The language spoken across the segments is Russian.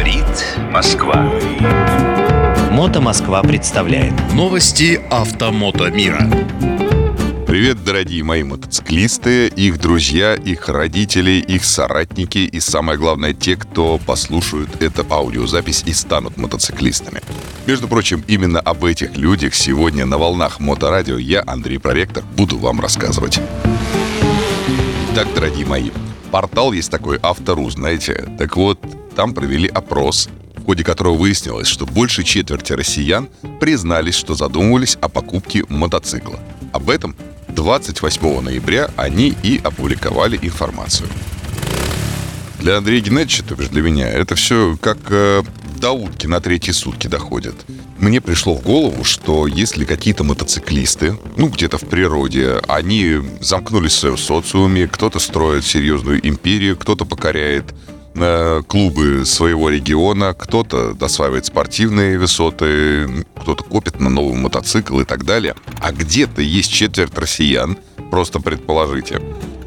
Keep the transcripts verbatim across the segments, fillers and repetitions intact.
Говорит Москва. Мото Москва представляет новости автомото мира. Привет, дорогие мои мотоциклисты, их друзья, их родители, их соратники и, самое главное, те, кто послушают эту аудиозапись и станут мотоциклистами. Между прочим, именно об этих людях сегодня на волнах Моторадио я, Андрей Проректор, буду вам рассказывать. Итак, дорогие мои, портал есть такой Автору, знаете. Так вот, там провели опрос, в ходе которого выяснилось, что больше четверти россиян признались, что задумывались о покупке мотоцикла. Об этом двадцать восьмого ноября они и опубликовали информацию. Для Андрея Геннадьевича, то бишь для меня, это все как э, до утки на третьи сутки доходит. Мне пришло в голову, что если какие-то мотоциклисты, ну, где-то в природе, они замкнулись в своем социуме, кто-то строит серьезную империю, кто-то покоряет э, клубы своего региона, кто-то осваивает спортивные высоты, кто-то копит на новый мотоцикл и так далее. А где-то есть четверть россиян, просто предположите,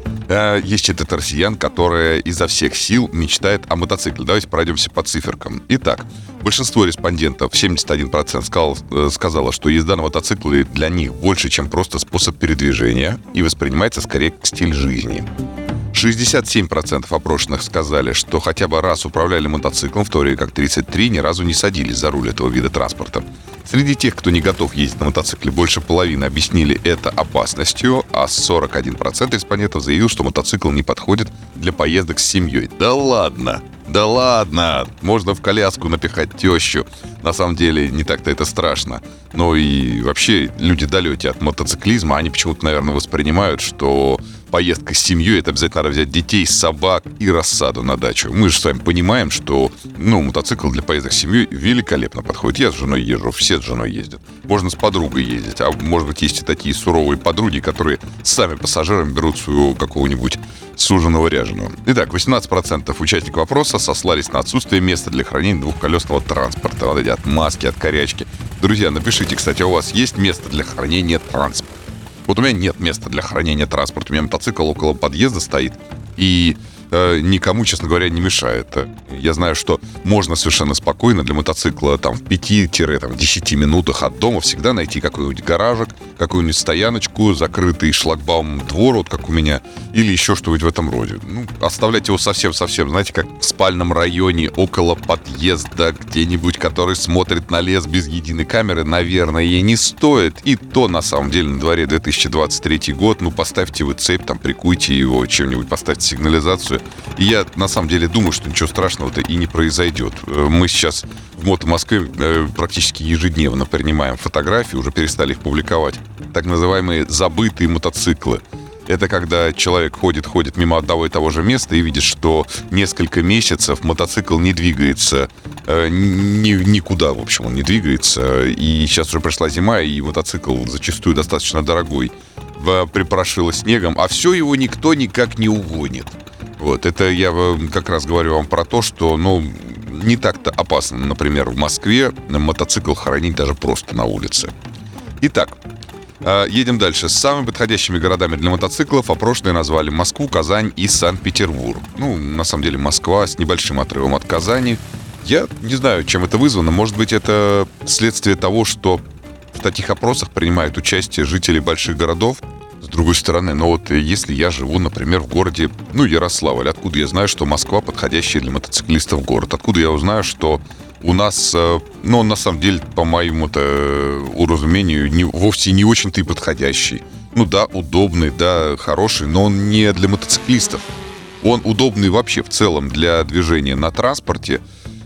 есть четверть россиян, которая изо всех сил мечтает о мотоцикле. Давайте пройдемся по циферкам. Итак, большинство респондентов, семьдесят один процент, сказал, сказало, что езда на мотоцикле для них больше, чем просто способ передвижения и воспринимается скорее как стиль жизни. шестьдесят семь процентов опрошенных сказали, что хотя бы раз управляли мотоциклом, в то время как тридцать три процента ни разу не садились за руль этого вида транспорта. Среди тех, кто не готов ездить на мотоцикле, больше половины объяснили это опасностью, а сорок один процент респондентов заявил, что мотоцикл не подходит для поездок с семьей. Да ладно! Да ладно! Можно в коляску напихать тещу. На самом деле, не так-то это страшно. Но и вообще, люди далеки от мотоциклизма, они почему-то, наверное, воспринимают, что поездка с семьей — это обязательно надо взять детей, собак и рассаду на дачу. Мы же с вами понимаем, что, ну, мотоцикл для поездок с семьей великолепно подходит. Я с женой езжу, все с женой ездят. Можно с подругой ездить. А может быть, есть и такие суровые подруги, которые сами пассажирами берут своего какого-нибудь суженого ряженого. Итак, восемнадцать процентов участников опроса сослались на отсутствие места для хранения двухколесного транспорта. Вот эти отмазки, откорячки. Друзья, напишите, кстати, у вас есть место для хранения транспорта? Вот у меня нет места для хранения транспорта. У меня мотоцикл около подъезда стоит. И э, никому, честно говоря, не мешает. Я знаю, что можно совершенно спокойно для мотоцикла там, в пяти-десяти минутах от дома всегда найти какой-нибудь гаражик, какую-нибудь стояночку, закрытый шлагбаум двор, вот как у меня, или еще что-нибудь в этом роде. Ну, оставлять его совсем-совсем, знаете, как в спальном районе, около подъезда, где-нибудь, который смотрит на лес без единой камеры, наверное, ей не стоит. И то, на самом деле, на дворе две тысячи двадцать третий год, ну, поставьте вы цепь, там, прикуйте его чем-нибудь, поставьте сигнализацию. И я, на самом деле, думаю, что ничего страшного-то и не произойдет. Мы сейчас в Мото Москве практически ежедневно принимаем фотографии, уже перестали их публиковать. Так называемые забытые мотоциклы. Это когда человек ходит-ходит мимо одного и того же места и видит, что несколько месяцев мотоцикл не двигается э, ни, никуда, в общем, он не двигается. И сейчас уже пришла зима, и мотоцикл зачастую достаточно дорогой припорошило снегом, а все его никто никак не угонит. Вот, это я как раз говорю вам про то, что, ну, не так-то опасно, например, в Москве мотоцикл хранить даже просто на улице. Итак, едем дальше. С самыми подходящими городами для мотоциклов опрошенные назвали Москву, Казань и Санкт-Петербург. Ну, на самом деле, Москва с небольшим отрывом от Казани. Я не знаю, чем это вызвано. Может быть, это следствие того, что в таких опросах принимают участие жители больших городов. С другой стороны, но вот если я живу, например, в городе, ну, Ярославль, откуда я знаю, что Москва подходящий для мотоциклистов город? Откуда я узнаю, что у нас, ну, на самом деле, по моему-то уразумению, не, вовсе не очень-то и подходящий. Ну да, удобный, да, хороший, но он не для мотоциклистов. Он удобный вообще в целом для движения на транспорте,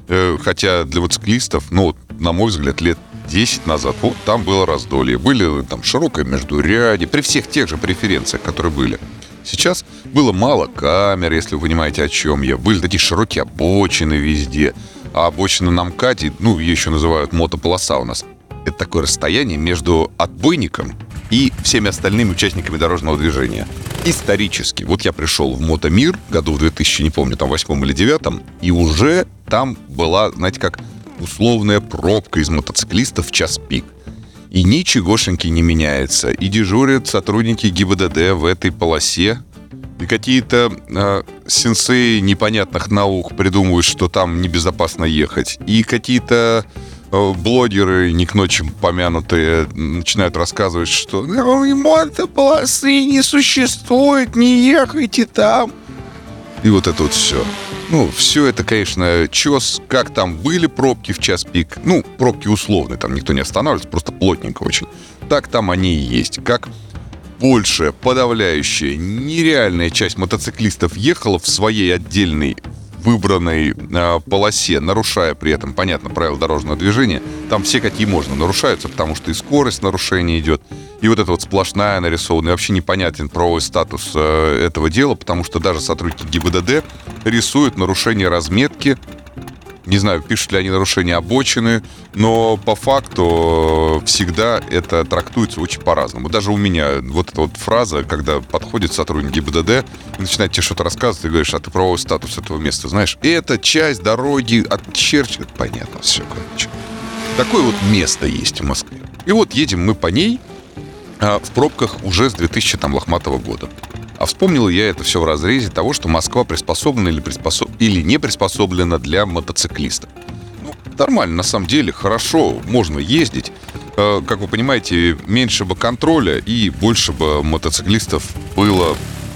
хотя для мотоциклистов, ну, на мой взгляд, лет десять назад, вот там было раздолье. Были там широкое междурядье, при всех тех же преференциях, которые были. Сейчас было мало камер, если вы понимаете, о чем я. Были такие широкие обочины везде. А обочина на МКАДе, ну, ее еще называют мотополоса у нас. Это такое расстояние между отбойником и всеми остальными участниками дорожного движения. Исторически. Вот я пришел в Мотомир году в две тысячи, не помню, там восьмом или девятом, и уже там была, знаете, как условная пробка из мотоциклистов в час пик. И ничегошеньки не меняется. И дежурят сотрудники ГИБДД в этой полосе И какие-то э, сенсеи непонятных наук придумывают, что там небезопасно ехать. И какие-то э, блогеры, не к ночи помянутые, начинают рассказывать, что мотополосы не существует, не ехайте там. И вот это вот все. Ну, все это, конечно, чес. Как там были пробки в час пик. Ну, пробки условные, там никто не останавливается, просто плотненько очень. Так там они и есть. Как большая, подавляющая, нереальная часть мотоциклистов ехала в своей отдельной выбранной э, полосе, нарушая при этом, понятно, правила дорожного движения. Там все какие можно нарушаются, потому что и скорость нарушения идет, и вот эта вот сплошная нарисованная. Вообще непонятен правовой статус э, этого дела, потому что даже сотрудники ГИБДД рисуют нарушение разметки. Не знаю, пишут ли они нарушение обочины, но по факту всегда это трактуется очень по-разному. Даже у меня вот эта вот фраза, когда подходит сотрудник ГИБДД и начинает тебе что-то рассказывать, ты говоришь, а ты правовой статус этого места знаешь? Это часть дороги отчерчена. Понятно все, короче. Такое вот место есть в Москве. И вот едем мы по ней а, в пробках уже с две тысячи там, лохматого года. А вспомнил я это все в разрезе того, что Москва приспособлена или, приспособ... или не приспособлена для мотоциклиста. Ну, нормально, на самом деле, хорошо, можно ездить. Э, как вы понимаете, меньше бы контроля и больше бы мотоциклистов было,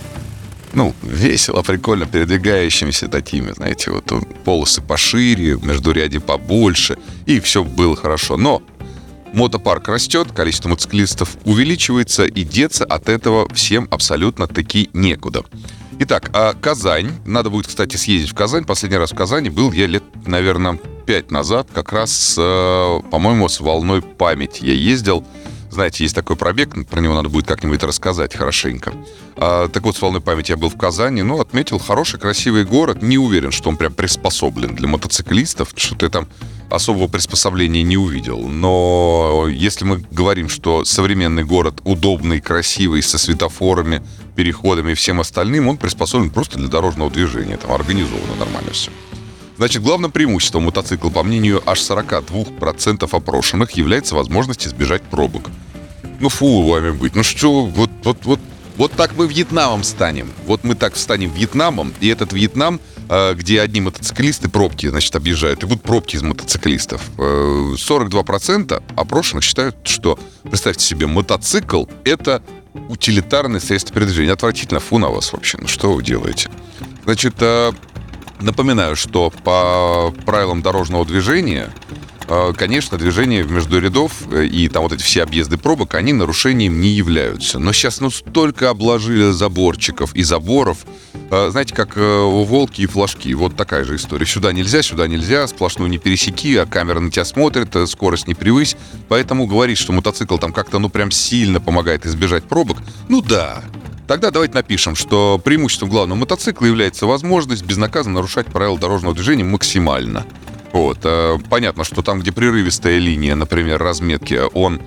ну, весело, прикольно, передвигающимися такими, знаете, вот полосы пошире, междурядье побольше, и все было хорошо. Но мотопарк растет, количество мотоциклистов увеличивается, и деться от этого всем абсолютно-таки некуда. Итак, а Казань. Надо будет, кстати, съездить в Казань. Последний раз в Казани был я лет, наверное, пять назад, как раз, с, по-моему, с волной памяти я ездил. Знаете, есть такой пробег, про него надо будет как-нибудь рассказать хорошенько. А, так вот, с волной памяти я был в Казани, ну, отметил хороший, красивый город. Не уверен, что он прям приспособлен для мотоциклистов, что-то я там особого приспособления не увидел. Но если мы говорим, что современный город удобный, красивый, со светофорами, переходами и всем остальным, он приспособлен просто для дорожного движения. Там организовано нормально все. Значит, главным преимуществом мотоцикла, по мнению аж сорок два процента опрошенных, является возможность избежать пробок. Ну, фу, вами быть. Ну что, вот, вот, вот, вот так мы Вьетнамом станем. Вот мы так станем Вьетнамом, и этот Вьетнам, где одни мотоциклисты пробки, значит, объезжают, и будут пробки из мотоциклистов. сорок два процента опрошенных считают, что, представьте себе, мотоцикл — это утилитарное средство передвижения. Отвратительно, фу на вас вообще. Ну что вы делаете? Значит, напоминаю, что по правилам дорожного движения, конечно, движение между рядов и там вот эти все объезды пробок, они нарушением не являются. Но сейчас ну столько обложили заборчиков и заборов. Знаете, как у Волки и флажки. Вот такая же история. Сюда нельзя, сюда нельзя, сплошную не пересеки, а камера на тебя смотрит, скорость не превысь. Поэтому говорить, что мотоцикл там как-то ну прям сильно помогает избежать пробок, ну да. Тогда давайте напишем, что преимуществом главного мотоцикла является возможность безнаказанно нарушать правила дорожного движения максимально. Вот. Понятно, что там, где прерывистая линия, например, разметки, он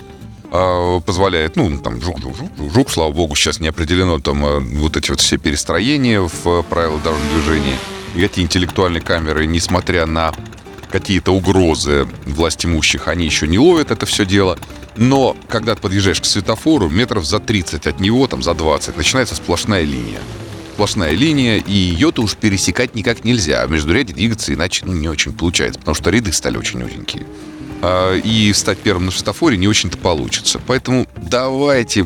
э, позволяет, ну, там, жук-жук-жук, слава богу, сейчас не определено там вот эти вот все перестроения в правила дорожного движения. И эти интеллектуальные камеры, несмотря на какие-то угрозы властимущих, они еще не ловят это все дело. Но когда ты подъезжаешь к светофору, метров за тридцать от него, там за двадцать, начинается сплошная линия. Сплошная линия, и ее-то уж пересекать никак нельзя. А в междуряде двигаться иначе ну, не очень получается, потому что ряды стали очень узенькие. А, и стать первым на светофоре не очень-то получится. Поэтому давайте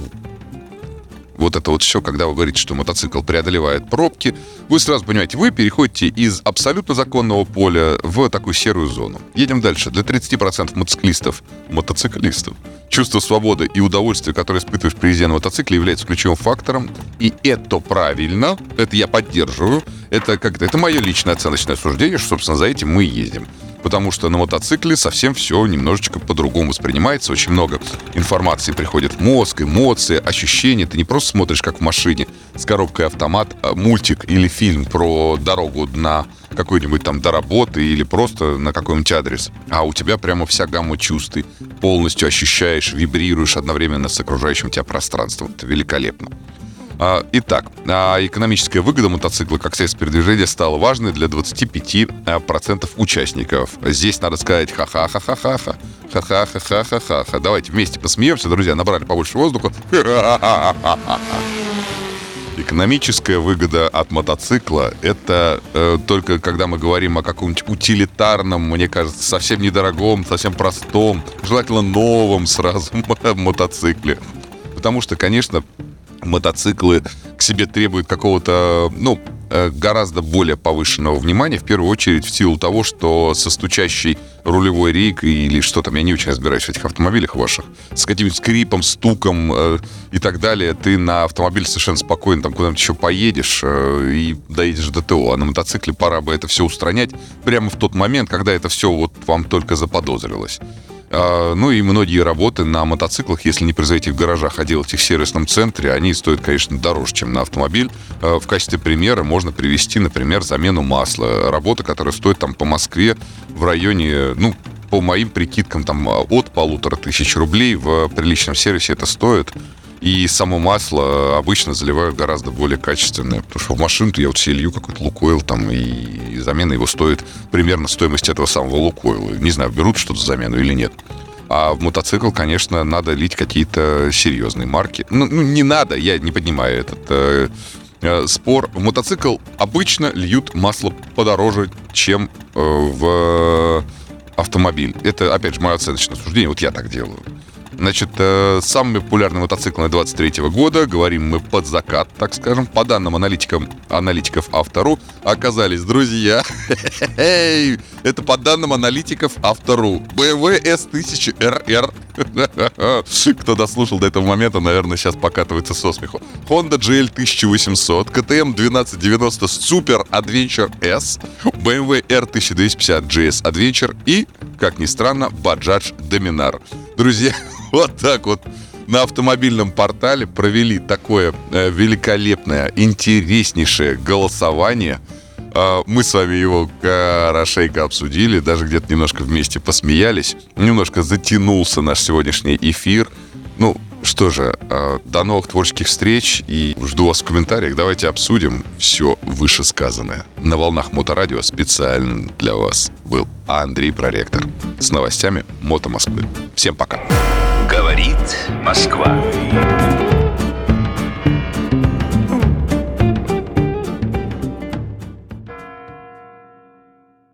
вот это вот все, когда вы говорите, что мотоцикл преодолевает пробки, вы сразу понимаете, вы переходите из абсолютно законного поля в такую серую зону. Едем дальше. Для тридцати процентов мотоциклистов, мотоциклистов чувство свободы и удовольствия, которое испытываешь при езде на мотоцикле, является ключевым фактором. И это правильно, это я поддерживаю. Это как-то, это мое личное оценочное суждение, что, собственно, за этим мы ездим. Потому что на мотоцикле совсем все немножечко по-другому воспринимается. Очень много информации приходит в мозг, эмоции, ощущения. Ты не просто смотришь, как в машине с коробкой автомат, мультик или фильм про дорогу на какой-нибудь там до работы или просто на какой-нибудь адрес. А у тебя прямо вся гамма чувств. Ты полностью ощущаешь, вибрируешь одновременно с окружающим тебя пространством. Это великолепно. Итак, экономическая выгода мотоцикла как средство передвижения стала важной для двадцати пяти процентов участников. Здесь надо сказать ха-ха-ха-ха-ха, ха-ха-ха-ха-ха-ха. Давайте вместе посмеемся, друзья, набрали побольше воздуха. И Экономическая выгода от мотоцикла – это э, только когда мы говорим о каком-нибудь утилитарном, мне кажется, совсем недорогом, совсем простом, желательно новом сразу мотоцикле. Потому что, конечно, мотоциклы к себе требуют какого-то, ну, гораздо более повышенного внимания, в первую очередь в силу того, что со стучащей рулевой рейкой или что там, я не очень разбираюсь в этих автомобилях ваших, с каким-нибудь скрипом, стуком э, и так далее, ты на автомобиле совершенно спокойно там куда-нибудь еще поедешь э, и доедешь до ТО, а на мотоцикле пора бы это все устранять прямо в тот момент, когда это все вот вам только заподозрилось. Ну и многие работы на мотоциклах, если не производить их в гаражах, а делать их в сервисном центре, они стоят, конечно, дороже, чем на автомобиль. В качестве примера можно привести, например, замену масла. Работа, которая стоит там по Москве в районе, ну, по моим прикидкам, там от полутора тысяч рублей. В приличном сервисе это стоит. И само масло обычно заливают гораздо более качественное. Потому что в машину-то я вот себе лью какой-то Лукойл, там, и замена его стоит примерно стоимость этого самого Лукойла. Не знаю, берут что-то за замену или нет. А в мотоцикл, конечно, надо лить какие-то серьезные марки. Ну, ну не надо, я не поднимаю этот э, э, спор. В мотоцикл обычно льют масло подороже, чем э, в автомобиль. Это, опять же, мое оценочное суждение. Вот я так делаю. Значит, э, самый популярный мотоцикл на двадцать третьего года, говорим мы под закат, так скажем, по данным аналитикам, аналитиков Автору, оказались, друзья, это по данным аналитиков Автору, бэ эм вэ эс тысяча эр эр. Кто дослушал до этого момента, наверное, сейчас покатывается со смеху. Honda джи эл тысяча восемьсот, ка тэ эм двенадцать девяносто Super Adventure S, бэ эм вэ эр тысяча двести пятьдесят джи эс Adventure и, как ни странно, Bajaj Dominar. Друзья, вот так вот на автомобильном портале провели такое э, великолепное, интереснейшее голосование. Э, мы с вами его хорошенько обсудили, даже где-то немножко вместе посмеялись. Немножко затянулся наш сегодняшний эфир. Ну, что же, э, до новых творческих встреч и жду вас в комментариях. Давайте обсудим все вышесказанное. На волнах Моторадио специально для вас был Андрей Проректор с новостями Мото Москвы. Всем пока. Говорит Москва.